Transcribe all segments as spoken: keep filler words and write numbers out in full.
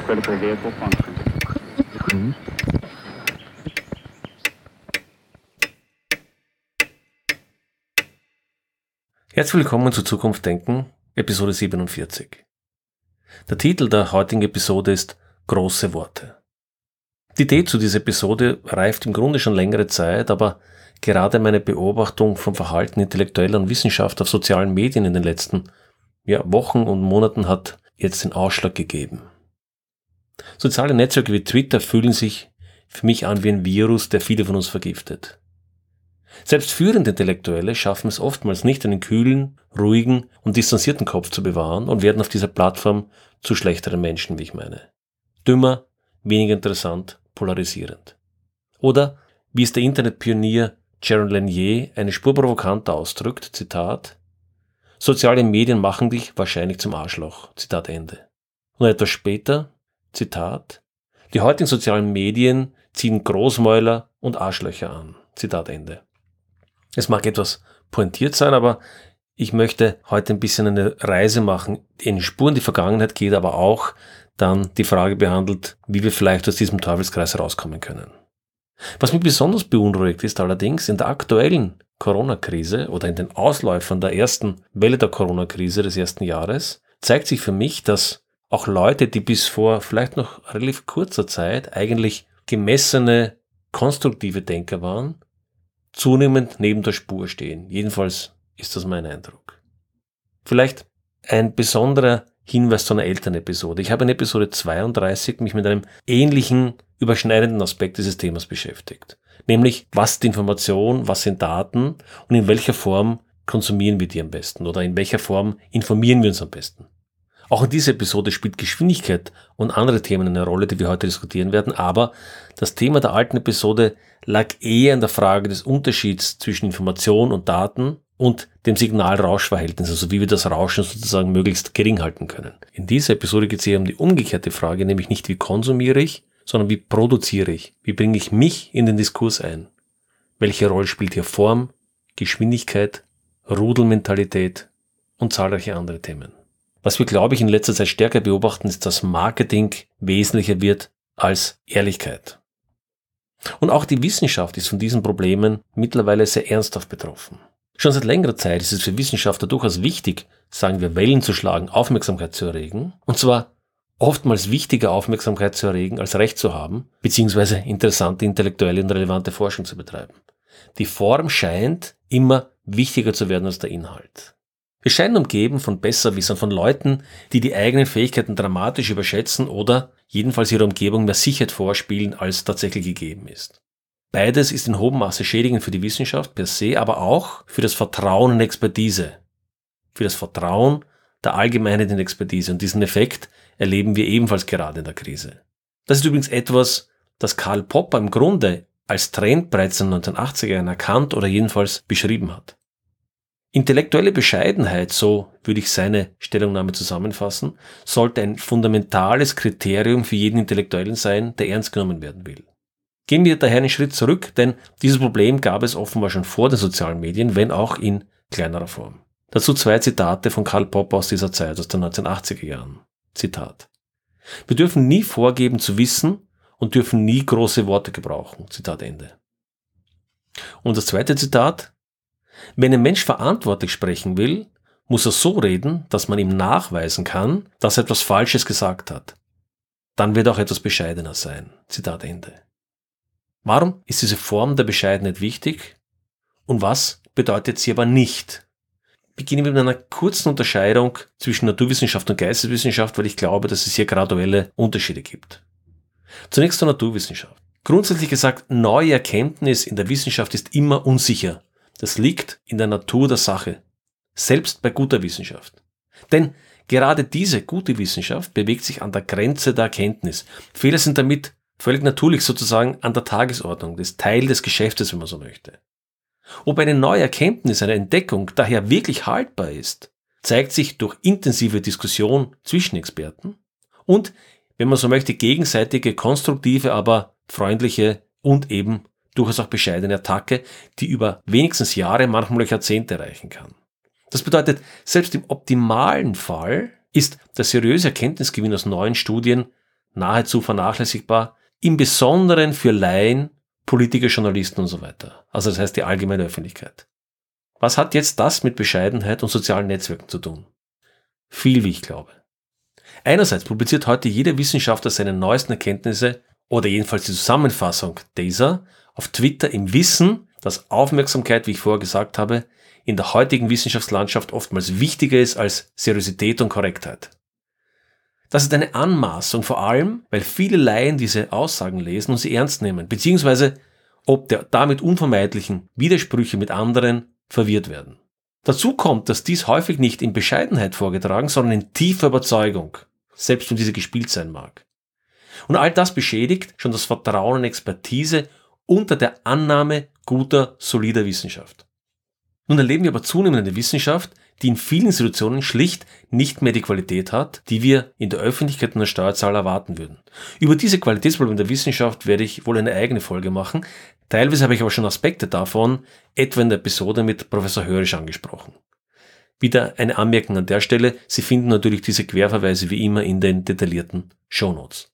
critical vehicle function. Mhm. Herzlich willkommen zu Zukunft Denken, Episode siebenundvierzig. Der Titel der heutigen Episode ist Große Worte. Die Idee zu dieser Episode reift im Grunde schon längere Zeit, aber gerade meine Beobachtung vom Verhalten Intellektueller und Wissenschaftler auf sozialen Medien in den letzten ja, Wochen und Monaten hat jetzt den Ausschlag gegeben. Soziale Netzwerke wie Twitter fühlen sich für mich an wie ein Virus, der viele von uns vergiftet. Selbst führende Intellektuelle schaffen es oftmals nicht, einen kühlen, ruhigen und distanzierten Kopf zu bewahren und werden auf dieser Plattform zu schlechteren Menschen, wie ich meine. Dümmer, weniger interessant, polarisierend. Oder, wie es der Internetpionier Jaron Lanier eine Spur provokanter ausdrückt, Zitat, soziale Medien machen dich wahrscheinlich zum Arschloch, Zitat Ende. Und etwas später, Zitat, die heutigen sozialen Medien ziehen Großmäuler und Arschlöcher an, Zitat Ende. Es mag etwas pointiert sein, aber ich möchte heute ein bisschen eine Reise machen, die in Spuren in die Vergangenheit geht, aber auch dann die Frage behandelt, wie wir vielleicht aus diesem Teufelskreis rauskommen können. Was mich besonders beunruhigt ist allerdings, in der aktuellen Corona-Krise oder in den Ausläufern der ersten Welle der Corona-Krise des ersten Jahres, zeigt sich für mich, dass auch Leute, die bis vor vielleicht noch relativ kurzer Zeit eigentlich gemessene, konstruktive Denker waren, zunehmend neben der Spur stehen. Jedenfalls ist das mein Eindruck. Vielleicht ein besonderer Hinweis zu einer älteren Episode. Ich habe in Episode zweiunddreißig mich mit einem ähnlichen, überschneidenden Aspekt dieses Themas beschäftigt. Nämlich, was ist Information, was sind Daten und in welcher Form konsumieren wir die am besten oder in welcher Form informieren wir uns am besten. Auch in dieser Episode spielt Geschwindigkeit und andere Themen eine Rolle, die wir heute diskutieren werden, aber das Thema der alten Episode lag eher in der Frage des Unterschieds zwischen Information und Daten und dem Signal-Rausch-Verhältnis, also wie wir das Rauschen sozusagen möglichst gering halten können. In dieser Episode geht es eher um die umgekehrte Frage, nämlich nicht wie konsumiere ich, sondern wie produziere ich, wie bringe ich mich in den Diskurs ein. Welche Rolle spielt hier Form, Geschwindigkeit, Rudelmentalität und zahlreiche andere Themen. Was wir, glaube ich, in letzter Zeit stärker beobachten, ist, dass Marketing wesentlicher wird als Ehrlichkeit. Und auch die Wissenschaft ist von diesen Problemen mittlerweile sehr ernsthaft betroffen. Schon seit längerer Zeit ist es für Wissenschaftler durchaus wichtig, sagen wir, Wellen zu schlagen, Aufmerksamkeit zu erregen. Und zwar oftmals wichtiger Aufmerksamkeit zu erregen, als Recht zu haben, beziehungsweise interessante, intellektuelle und relevante Forschung zu betreiben. Die Form scheint immer wichtiger zu werden als der Inhalt. Wir scheinen umgeben von Besserwissern, von Leuten, die die eigenen Fähigkeiten dramatisch überschätzen oder jedenfalls ihrer Umgebung mehr Sicherheit vorspielen, als tatsächlich gegeben ist. Beides ist in hohem Maße schädigend für die Wissenschaft per se, aber auch für das Vertrauen in Expertise. Für das Vertrauen der Allgemeinheit in Expertise. Und diesen Effekt erleben wir ebenfalls gerade in der Krise. Das ist übrigens etwas, das Karl Popper im Grunde als Trend bereits in den neunzehnhundertachtziger Jahren erkannt oder jedenfalls beschrieben hat. Intellektuelle Bescheidenheit, so würde ich seine Stellungnahme zusammenfassen, sollte ein fundamentales Kriterium für jeden Intellektuellen sein, der ernst genommen werden will. Gehen wir daher einen Schritt zurück, denn dieses Problem gab es offenbar schon vor den sozialen Medien, wenn auch in kleinerer Form. Dazu zwei Zitate von Karl Popper aus dieser Zeit, aus den neunzehnhundertachtziger Jahren. Zitat. Wir dürfen nie vorgeben zu wissen und dürfen nie große Worte gebrauchen. Zitat Ende. Und das zweite Zitat. Wenn ein Mensch verantwortlich sprechen will, muss er so reden, dass man ihm nachweisen kann, dass er etwas Falsches gesagt hat. Dann wird er auch etwas bescheidener sein. Zitat Ende. Warum ist diese Form der Bescheidenheit wichtig? Und was bedeutet sie aber nicht? Beginnen wir mit einer kurzen Unterscheidung zwischen Naturwissenschaft und Geisteswissenschaft, weil ich glaube, dass es hier graduelle Unterschiede gibt. Zunächst zur Naturwissenschaft. Grundsätzlich gesagt, neue Erkenntnis in der Wissenschaft ist immer unsicher. Das liegt in der Natur der Sache, selbst bei guter Wissenschaft. Denn gerade diese gute Wissenschaft bewegt sich an der Grenze der Erkenntnis. Fehler sind damit völlig natürlich sozusagen an der Tagesordnung, das Teil des Geschäftes, wenn man so möchte. Ob eine neue Erkenntnis, eine Entdeckung daher wirklich haltbar ist, zeigt sich durch intensive Diskussion zwischen Experten und, wenn man so möchte, gegenseitige, konstruktive, aber freundliche und eben durchaus auch bescheidene Attacke, die über wenigstens Jahre, manchmal Jahrzehnte reichen kann. Das bedeutet, selbst im optimalen Fall ist der seriöse Erkenntnisgewinn aus neuen Studien nahezu vernachlässigbar, im Besonderen für Laien, Politiker, Journalisten und so weiter. Also das heißt die allgemeine Öffentlichkeit. Was hat jetzt das mit Bescheidenheit und sozialen Netzwerken zu tun? Viel, wie ich glaube. Einerseits publiziert heute jeder Wissenschaftler seine neuesten Erkenntnisse oder jedenfalls die Zusammenfassung dieser auf Twitter im Wissen, dass Aufmerksamkeit, wie ich vorher gesagt habe, in der heutigen Wissenschaftslandschaft oftmals wichtiger ist als Seriosität und Korrektheit. Das ist eine Anmaßung, vor allem, weil viele Laien diese Aussagen lesen und sie ernst nehmen, beziehungsweise ob der damit unvermeidlichen Widersprüche mit anderen verwirrt werden. Dazu kommt, dass dies häufig nicht in Bescheidenheit vorgetragen, sondern in tiefer Überzeugung, selbst wenn diese gespielt sein mag. Und all das beschädigt schon das Vertrauen in Expertise unter der Annahme guter, solider Wissenschaft. Nun erleben wir aber zunehmend eine Wissenschaft, die in vielen Institutionen schlicht nicht mehr die Qualität hat, die wir in der Öffentlichkeit und der Steuerzahler erwarten würden. Über diese Qualitätsprobleme der Wissenschaft werde ich wohl eine eigene Folge machen. Teilweise habe ich aber schon Aspekte davon, etwa in der Episode mit Professor Hörisch angesprochen. Wieder eine Anmerkung an der Stelle, Sie finden natürlich diese Querverweise wie immer in den detaillierten Shownotes.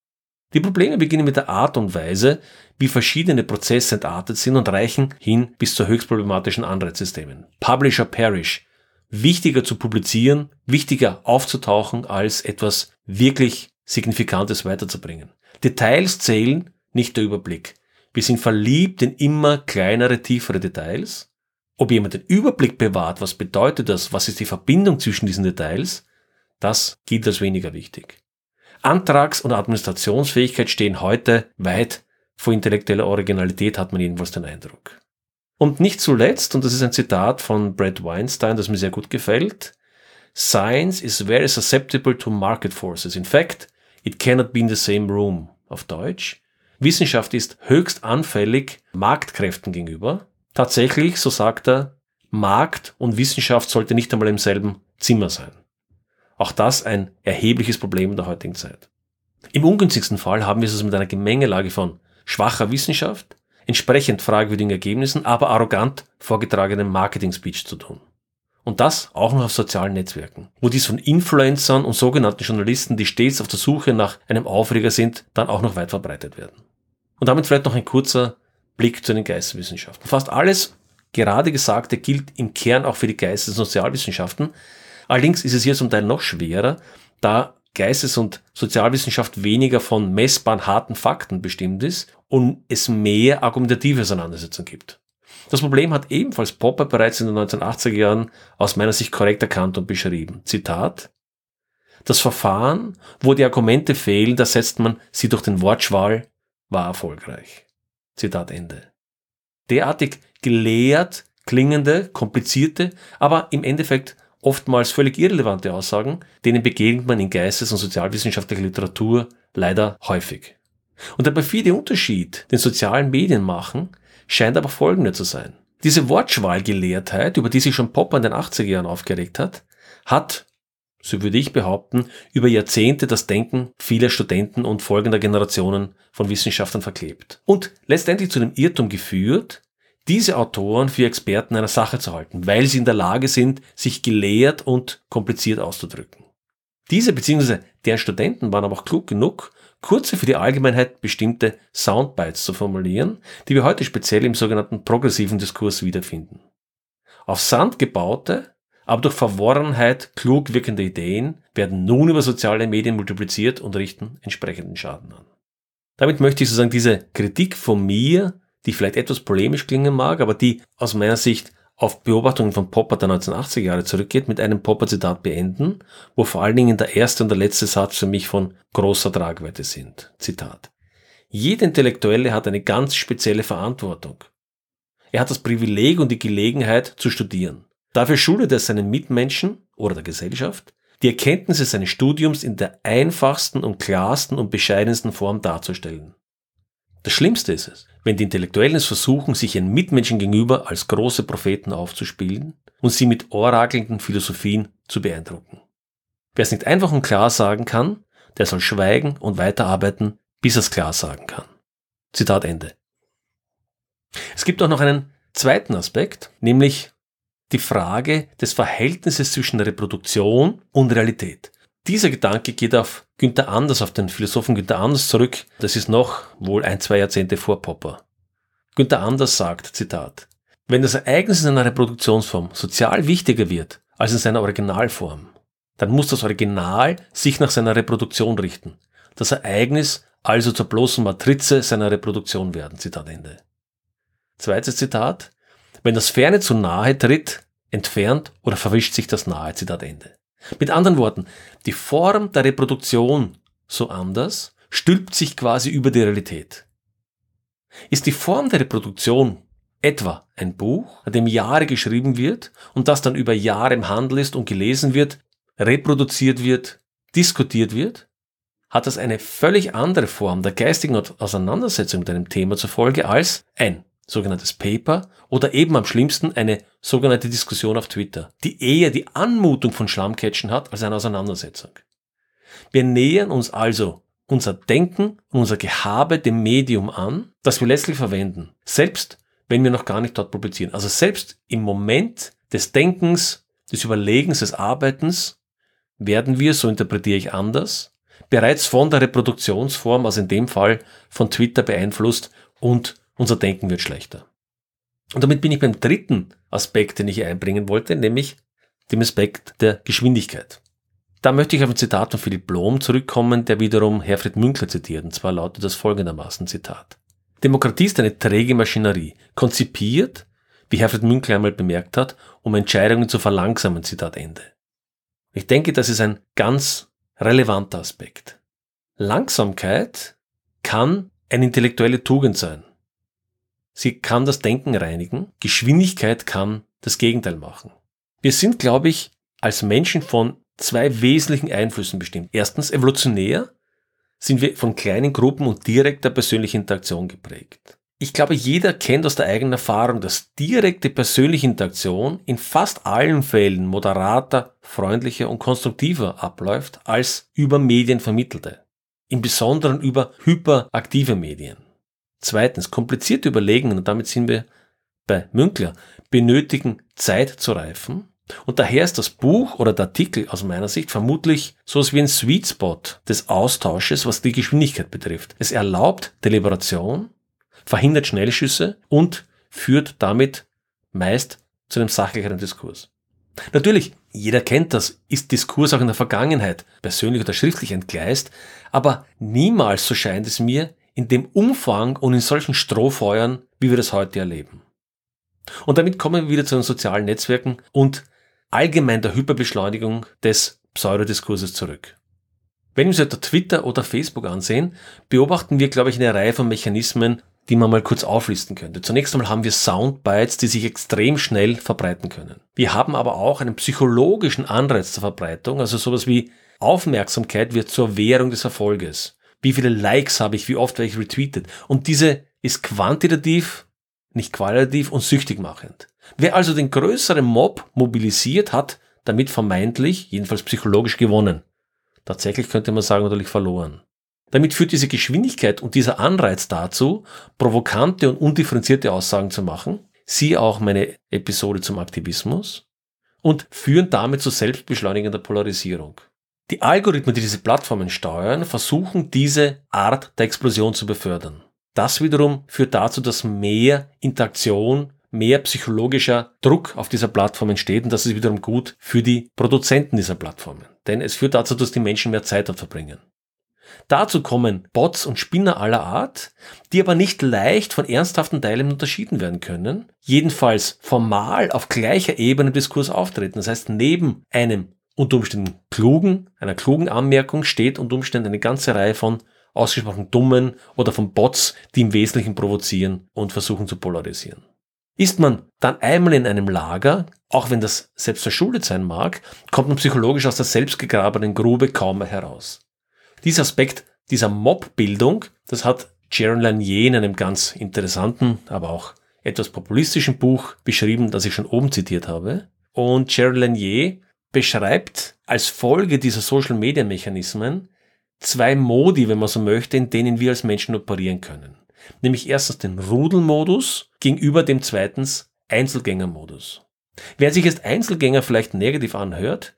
Die Probleme beginnen mit der Art und Weise, wie verschiedene Prozesse entartet sind und reichen hin bis zu höchst problematischen Anreizsystemen. Publisher perish. Wichtiger zu publizieren, wichtiger aufzutauchen, als etwas wirklich Signifikantes weiterzubringen. Details zählen, nicht der Überblick. Wir sind verliebt in immer kleinere, tiefere Details. Ob jemand den Überblick bewahrt, was bedeutet das, was ist die Verbindung zwischen diesen Details, das gilt als weniger wichtig. Antrags- und Administrationsfähigkeit stehen heute weit vor intellektueller Originalität, hat man jedenfalls den Eindruck. Und nicht zuletzt, und das ist ein Zitat von Brad Weinstein, das mir sehr gut gefällt, Science is very susceptible to market forces. In fact, it cannot be in the same room. Auf Deutsch. Wissenschaft ist höchst anfällig Marktkräften gegenüber. Tatsächlich, so sagt er, Markt und Wissenschaft sollte nicht einmal im selben Zimmer sein. Auch das ein erhebliches Problem in der heutigen Zeit. Im ungünstigsten Fall haben wir es mit einer Gemengelage von schwacher Wissenschaft, entsprechend fragwürdigen Ergebnissen, aber arrogant vorgetragenem Marketing-Speech zu tun. Und das auch noch auf sozialen Netzwerken, wo dies von Influencern und sogenannten Journalisten, die stets auf der Suche nach einem Aufreger sind, dann auch noch weit verbreitet werden. Und damit vielleicht noch ein kurzer Blick zu den Geisteswissenschaften. Fast alles gerade Gesagte gilt im Kern auch für die Geistes- und Sozialwissenschaften. Allerdings ist es hier zum Teil noch schwerer, da Geistes- und Sozialwissenschaft weniger von messbaren, harten Fakten bestimmt ist und es mehr argumentative Auseinandersetzungen gibt. Das Problem hat ebenfalls Popper bereits in den neunzehnhundertachtziger Jahren aus meiner Sicht korrekt erkannt und beschrieben. Zitat: Das Verfahren, wo die Argumente fehlen, da setzt man sie durch den Wortschwall, war erfolgreich. Zitat Ende. Derartig gelehrt klingende, komplizierte, aber im Endeffekt oftmals völlig irrelevante Aussagen, denen begegnet man in geistes- und sozialwissenschaftlicher Literatur leider häufig. Und der perfide Unterschied, den sozialen Medien machen, scheint aber folgender zu sein. Diese Wortschwallgelehrtheit, über die sich schon Popper in den achtziger Jahren aufgeregt hat, hat, so würde ich behaupten, über Jahrzehnte das Denken vieler Studenten und folgender Generationen von Wissenschaftlern verklebt. Und letztendlich zu dem Irrtum geführt, diese Autoren für Experten einer Sache zu halten, weil sie in der Lage sind, sich gelehrt und kompliziert auszudrücken. Diese bzw. deren Studenten waren aber auch klug genug, kurze, für die Allgemeinheit bestimmte Soundbites zu formulieren, die wir heute speziell im sogenannten progressiven Diskurs wiederfinden. Auf Sand gebaute, aber durch Verworrenheit klug wirkende Ideen werden nun über soziale Medien multipliziert und richten entsprechenden Schaden an. Damit möchte ich sozusagen diese Kritik von mir, die vielleicht etwas polemisch klingen mag, aber die aus meiner Sicht auf Beobachtungen von Popper der neunzehnhundertachtziger Jahre zurückgeht, mit einem Popper-Zitat beenden, wo vor allen Dingen der erste und der letzte Satz für mich von großer Tragweite sind. Zitat: Jeder Intellektuelle hat eine ganz spezielle Verantwortung. Er hat das Privileg und die Gelegenheit zu studieren. Dafür schuldet er seinen Mitmenschen oder der Gesellschaft, die Erkenntnisse seines Studiums in der einfachsten und klarsten und bescheidensten Form darzustellen. Das Schlimmste ist es, wenn die Intellektuellen es versuchen, sich ihren Mitmenschen gegenüber als große Propheten aufzuspielen und sie mit orakelnden Philosophien zu beeindrucken. Wer es nicht einfach und klar sagen kann, der soll schweigen und weiterarbeiten, bis er es klar sagen kann. Zitat Ende. Es gibt auch noch einen zweiten Aspekt, nämlich die Frage des Verhältnisses zwischen Reproduktion und Realität. Dieser Gedanke geht auf Günther Anders, auf den Philosophen Günther Anders zurück. Das ist noch wohl ein, zwei Jahrzehnte vor Popper. Günther Anders sagt, Zitat, wenn das Ereignis in einer Reproduktionsform sozial wichtiger wird als in seiner Originalform, dann muss das Original sich nach seiner Reproduktion richten. Das Ereignis also zur bloßen Matrize seiner Reproduktion werden. Zitat Ende. Zweites Zitat, wenn das Ferne zu nahe tritt, entfernt oder verwischt sich das Nahe. Zitat Ende. Mit anderen Worten, die Form der Reproduktion so anders stülpt sich quasi über die Realität. Ist die Form der Reproduktion etwa ein Buch, an dem Jahre geschrieben wird und das dann über Jahre im Handel ist und gelesen wird, reproduziert wird, diskutiert wird, hat das eine völlig andere Form der geistigen Auseinandersetzung mit einem Thema zur Folge als ein sogenanntes Paper oder eben am schlimmsten eine sogenannte Diskussion auf Twitter, die eher die Anmutung von Schlammcatchen hat als eine Auseinandersetzung. Wir nähern uns also unser Denken und unser Gehabe dem Medium an, das wir letztlich verwenden, selbst wenn wir noch gar nicht dort publizieren. Also selbst im Moment des Denkens, des Überlegens, des Arbeitens werden wir, so interpretiere ich anders, bereits von der Reproduktionsform, also in dem Fall von Twitter beeinflusst und unser Denken wird schlechter. Und damit bin ich beim dritten Aspekt, den ich hier einbringen wollte, nämlich dem Aspekt der Geschwindigkeit. Da möchte ich auf ein Zitat von Philipp Blom zurückkommen, der wiederum Herfried Münkler zitiert, und zwar lautet das folgendermaßen, Zitat. Demokratie ist eine träge Maschinerie, konzipiert, wie Herfried Münkler einmal bemerkt hat, um Entscheidungen zu verlangsamen, Zitat Ende. Ich denke, das ist ein ganz relevanter Aspekt. Langsamkeit kann eine intellektuelle Tugend sein. Sie kann das Denken reinigen, Geschwindigkeit kann das Gegenteil machen. Wir sind, glaube ich, als Menschen von zwei wesentlichen Einflüssen bestimmt. Erstens, evolutionär sind wir von kleinen Gruppen und direkter persönlicher Interaktion geprägt. Ich glaube, jeder kennt aus der eigenen Erfahrung, dass direkte persönliche Interaktion in fast allen Fällen moderater, freundlicher und konstruktiver abläuft als über Medien vermittelte. Im Besonderen über hyperaktive Medien. Zweitens, komplizierte Überlegungen, und damit sind wir bei Münkler, benötigen Zeit zu reifen. Und daher ist das Buch oder der Artikel aus meiner Sicht vermutlich so etwas wie ein Sweet Spot des Austausches, was die Geschwindigkeit betrifft. Es erlaubt Deliberation, verhindert Schnellschüsse und führt damit meist zu einem sachlicheren Diskurs. Natürlich, jeder kennt das, ist Diskurs auch in der Vergangenheit persönlich oder schriftlich entgleist, aber niemals, so scheint es mir, in dem Umfang und in solchen Strohfeuern, wie wir das heute erleben. Und damit kommen wir wieder zu den sozialen Netzwerken und allgemein der Hyperbeschleunigung des Pseudodiskurses zurück. Wenn wir uns etwa Twitter oder Facebook ansehen, beobachten wir, glaube ich, eine Reihe von Mechanismen, die man mal kurz auflisten könnte. Zunächst einmal haben wir Soundbites, die sich extrem schnell verbreiten können. Wir haben aber auch einen psychologischen Anreiz zur Verbreitung, also sowas wie Aufmerksamkeit wird zur Währung des Erfolges. Wie viele Likes habe ich, wie oft werde ich retweetet? Und diese ist quantitativ, nicht qualitativ und süchtig machend. Wer also den größeren Mob mobilisiert, hat damit vermeintlich, jedenfalls psychologisch gewonnen. Tatsächlich könnte man sagen, natürlich verloren. Damit führt diese Geschwindigkeit und dieser Anreiz dazu, provokante und undifferenzierte Aussagen zu machen, siehe auch meine Episode zum Aktivismus, und führen damit zu selbstbeschleunigender Polarisierung. Die Algorithmen, die diese Plattformen steuern, versuchen diese Art der Explosion zu befördern. Das wiederum führt dazu, dass mehr Interaktion, mehr psychologischer Druck auf dieser Plattform entsteht, und das ist wiederum gut für die Produzenten dieser Plattformen. Denn es führt dazu, dass die Menschen mehr Zeit dort verbringen. Dazu kommen Bots und Spinner aller Art, die aber nicht leicht von ernsthaften Teilnehmern unterschieden werden können, jedenfalls formal auf gleicher Ebene im Diskurs auftreten. Das heißt, neben einem unter Umständen klugen, einer klugen Anmerkung steht unter Umständen eine ganze Reihe von ausgesprochen dummen oder von Bots, die im Wesentlichen provozieren und versuchen zu polarisieren. Ist man dann einmal in einem Lager, auch wenn das selbst verschuldet sein mag, kommt man psychologisch aus der selbstgegrabenen Grube kaum mehr heraus. Dieser Aspekt dieser Mobbildung, das hat Jaron Lanier in einem ganz interessanten, aber auch etwas populistischen Buch beschrieben, das ich schon oben zitiert habe. Und Jaron Lanier beschreibt als Folge dieser Social-Media-Mechanismen zwei Modi, wenn man so möchte, in denen wir als Menschen operieren können. Nämlich erstens den Rudelmodus gegenüber dem zweitens Einzelgängermodus. Wer sich jetzt Einzelgänger vielleicht negativ anhört,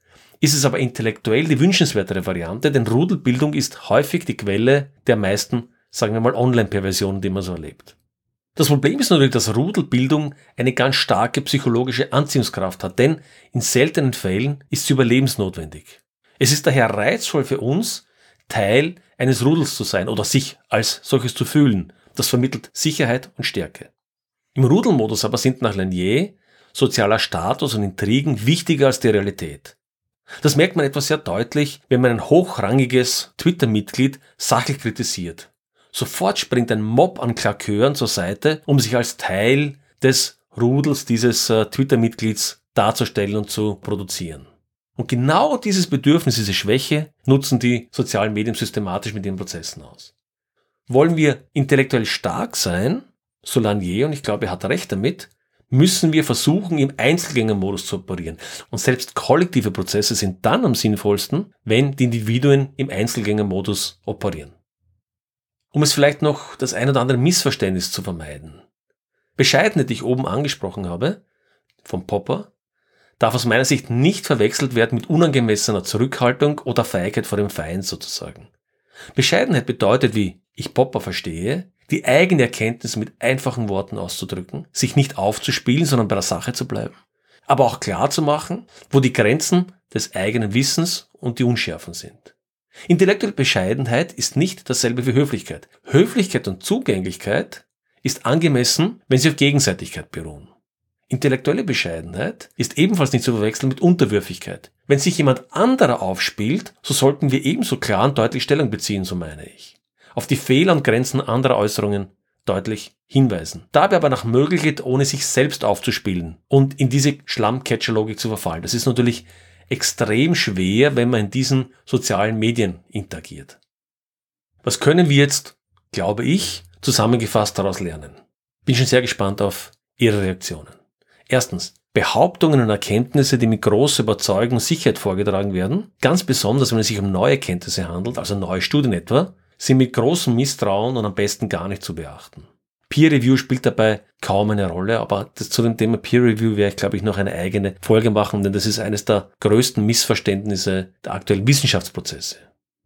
ist es aber intellektuell die wünschenswertere Variante, denn Rudelbildung ist häufig die Quelle der meisten, sagen wir mal, Online-Perversionen, die man so erlebt. Das Problem ist natürlich, dass Rudelbildung eine ganz starke psychologische Anziehungskraft hat, denn in seltenen Fällen ist sie überlebensnotwendig. Es ist daher reizvoll für uns, Teil eines Rudels zu sein oder sich als solches zu fühlen. Das vermittelt Sicherheit und Stärke. Im Rudelmodus aber sind nach Lanier sozialer Status und Intrigen wichtiger als die Realität. Das merkt man etwas sehr deutlich, wenn man ein hochrangiges Twitter-Mitglied sachlich kritisiert. Sofort springt ein Mob an Klakeuren zur Seite, um sich als Teil des Rudels dieses äh, Twitter-Mitglieds darzustellen und zu produzieren. Und genau dieses Bedürfnis, diese Schwäche, nutzen die sozialen Medien systematisch mit ihren Prozessen aus. Wollen wir intellektuell stark sein, so Lanier, und ich glaube, er hat recht damit, müssen wir versuchen, im Einzelgängermodus zu operieren. Und selbst kollektive Prozesse sind dann am sinnvollsten, wenn die Individuen im Einzelgängermodus operieren. Um es vielleicht noch das ein oder andere Missverständnis zu vermeiden. Bescheidenheit, die ich oben angesprochen habe, vom Popper, darf aus meiner Sicht nicht verwechselt werden mit unangemessener Zurückhaltung oder Feigheit vor dem Feind sozusagen. Bescheidenheit bedeutet, wie ich Popper verstehe, die eigene Erkenntnis mit einfachen Worten auszudrücken, sich nicht aufzuspielen, sondern bei der Sache zu bleiben. Aber auch klar zu machen, wo die Grenzen des eigenen Wissens und die Unschärfen sind. Intellektuelle Bescheidenheit ist nicht dasselbe wie Höflichkeit. Höflichkeit und Zugänglichkeit ist angemessen, wenn sie auf Gegenseitigkeit beruhen. Intellektuelle Bescheidenheit ist ebenfalls nicht zu verwechseln mit Unterwürfigkeit. Wenn sich jemand anderer aufspielt, so sollten wir ebenso klar und deutlich Stellung beziehen, so meine ich. Auf die Fehler und Grenzen anderer Äußerungen deutlich hinweisen. Dabei aber nach Möglichkeit, ohne sich selbst aufzuspielen und in diese Schlammcatcher-Logik zu verfallen. Das ist natürlich extrem schwer, wenn man in diesen sozialen Medien interagiert. Was können wir jetzt, glaube ich, zusammengefasst daraus lernen? Bin schon sehr gespannt auf Ihre Reaktionen. Erstens, Behauptungen und Erkenntnisse, die mit großer Überzeugung und Sicherheit vorgetragen werden, ganz besonders, wenn es sich um neue Erkenntnisse handelt, also neue Studien etwa, sind mit großem Misstrauen und am besten gar nicht zu beachten. Peer Review spielt dabei kaum eine Rolle, aber das, zu dem Thema Peer Review werde ich, glaube ich, noch eine eigene Folge machen, denn das ist eines der größten Missverständnisse der aktuellen Wissenschaftsprozesse.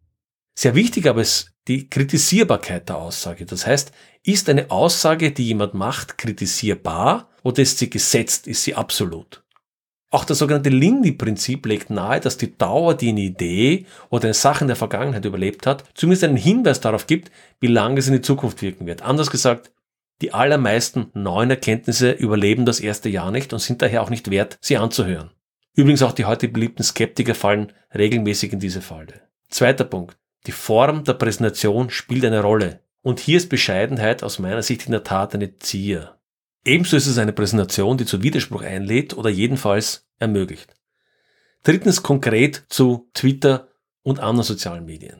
Sehr wichtig aber ist die Kritisierbarkeit der Aussage. Das heißt, ist eine Aussage, die jemand macht, kritisierbar oder ist sie gesetzt, ist sie absolut? Auch das sogenannte Lindy-Prinzip legt nahe, dass die Dauer, die eine Idee oder eine Sache in der Vergangenheit überlebt hat, zumindest einen Hinweis darauf gibt, wie lange es in die Zukunft wirken wird. Anders gesagt, die allermeisten neuen Erkenntnisse überleben das erste Jahr nicht und sind daher auch nicht wert, sie anzuhören. Übrigens auch die heute beliebten Skeptiker fallen regelmäßig in diese Falle. Zweiter Punkt. Die Form der Präsentation spielt eine Rolle. Und hier ist Bescheidenheit aus meiner Sicht in der Tat eine Zier. Ebenso ist es eine Präsentation, die zu Widerspruch einlädt oder jedenfalls ermöglicht. Drittens konkret zu Twitter und anderen sozialen Medien.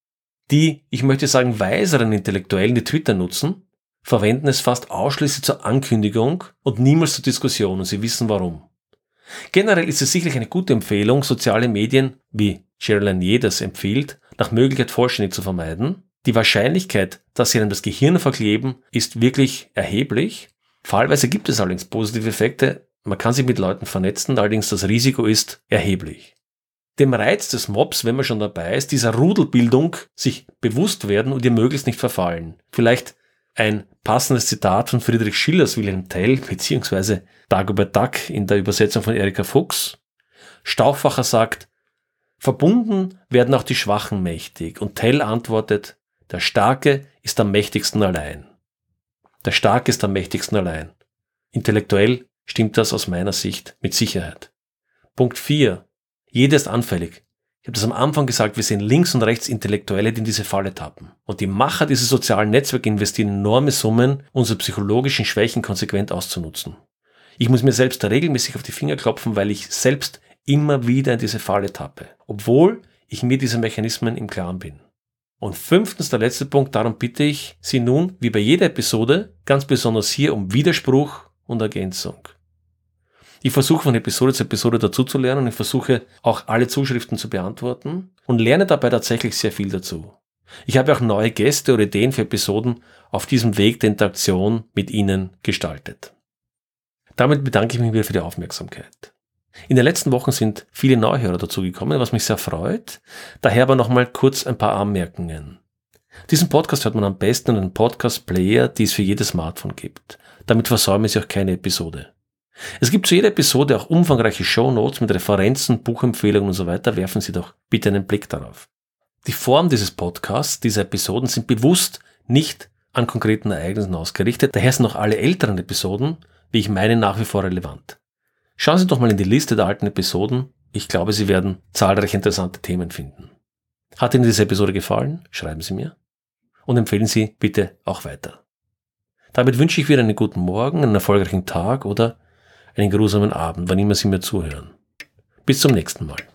Die, ich möchte sagen, weiseren Intellektuellen, die Twitter nutzen, verwenden es fast ausschließlich zur Ankündigung und niemals zur Diskussion und sie wissen warum. Generell ist es sicherlich eine gute Empfehlung, soziale Medien, wie Cheryl Lanier das empfiehlt, nach Möglichkeit vollständig zu vermeiden. Die Wahrscheinlichkeit, dass sie einem das Gehirn verkleben, ist wirklich erheblich. Fallweise gibt es allerdings positive Effekte. Man kann sich mit Leuten vernetzen, allerdings das Risiko ist erheblich. Dem Reiz des Mobs, wenn man schon dabei ist, dieser Rudelbildung sich bewusst werden und ihr möglichst nicht verfallen. Vielleicht ein passendes Zitat von Friedrich Schillers Wilhelm Tell bzw. Dagobert Duck in der Übersetzung von Erika Fuchs. Stauffacher sagt, verbunden werden auch die Schwachen mächtig und Tell antwortet, der Starke ist am mächtigsten allein. Der Starke ist am mächtigsten allein. Intellektuell stimmt das aus meiner Sicht mit Sicherheit. Punkt vier. Jeder ist anfällig. Ich habe das am Anfang gesagt, wir sehen links und rechts Intellektuelle, die in diese Falle tappen. Und die Macher dieser sozialen Netzwerke investieren enorme Summen, unsere psychologischen Schwächen konsequent auszunutzen. Ich muss mir selbst regelmäßig auf die Finger klopfen, weil ich selbst immer wieder in diese Falle tappe, obwohl ich mir dieser Mechanismen im Klaren bin. Und fünftens, der letzte Punkt, darum bitte ich Sie nun, wie bei jeder Episode, ganz besonders hier um Widerspruch und Ergänzung. Ich versuche von Episode zu Episode dazuzulernen und ich versuche auch alle Zuschriften zu beantworten und lerne dabei tatsächlich sehr viel dazu. Ich habe auch neue Gäste oder Ideen für Episoden auf diesem Weg der Interaktion mit Ihnen gestaltet. Damit bedanke ich mich wieder für die Aufmerksamkeit. In den letzten Wochen sind viele Neuhörer dazugekommen, was mich sehr freut. Daher aber nochmal kurz ein paar Anmerkungen. Diesen Podcast hört man am besten in einem Podcast-Player, die es für jedes Smartphone gibt. Damit versäumen Sie auch keine Episode. Es gibt zu jeder Episode auch umfangreiche Shownotes mit Referenzen, Buchempfehlungen und so weiter. Werfen Sie doch bitte einen Blick darauf. Die Form dieses Podcasts, dieser Episoden sind bewusst nicht an konkreten Ereignissen ausgerichtet. Daher sind auch alle älteren Episoden, wie ich meine, nach wie vor relevant. Schauen Sie doch mal in die Liste der alten Episoden. Ich glaube, Sie werden zahlreiche interessante Themen finden. Hat Ihnen diese Episode gefallen? Schreiben Sie mir. Und empfehlen Sie bitte auch weiter. Damit wünsche ich wieder einen guten Morgen, einen erfolgreichen Tag oder einen geruhsamen Abend, wann immer Sie mir zuhören. Bis zum nächsten Mal.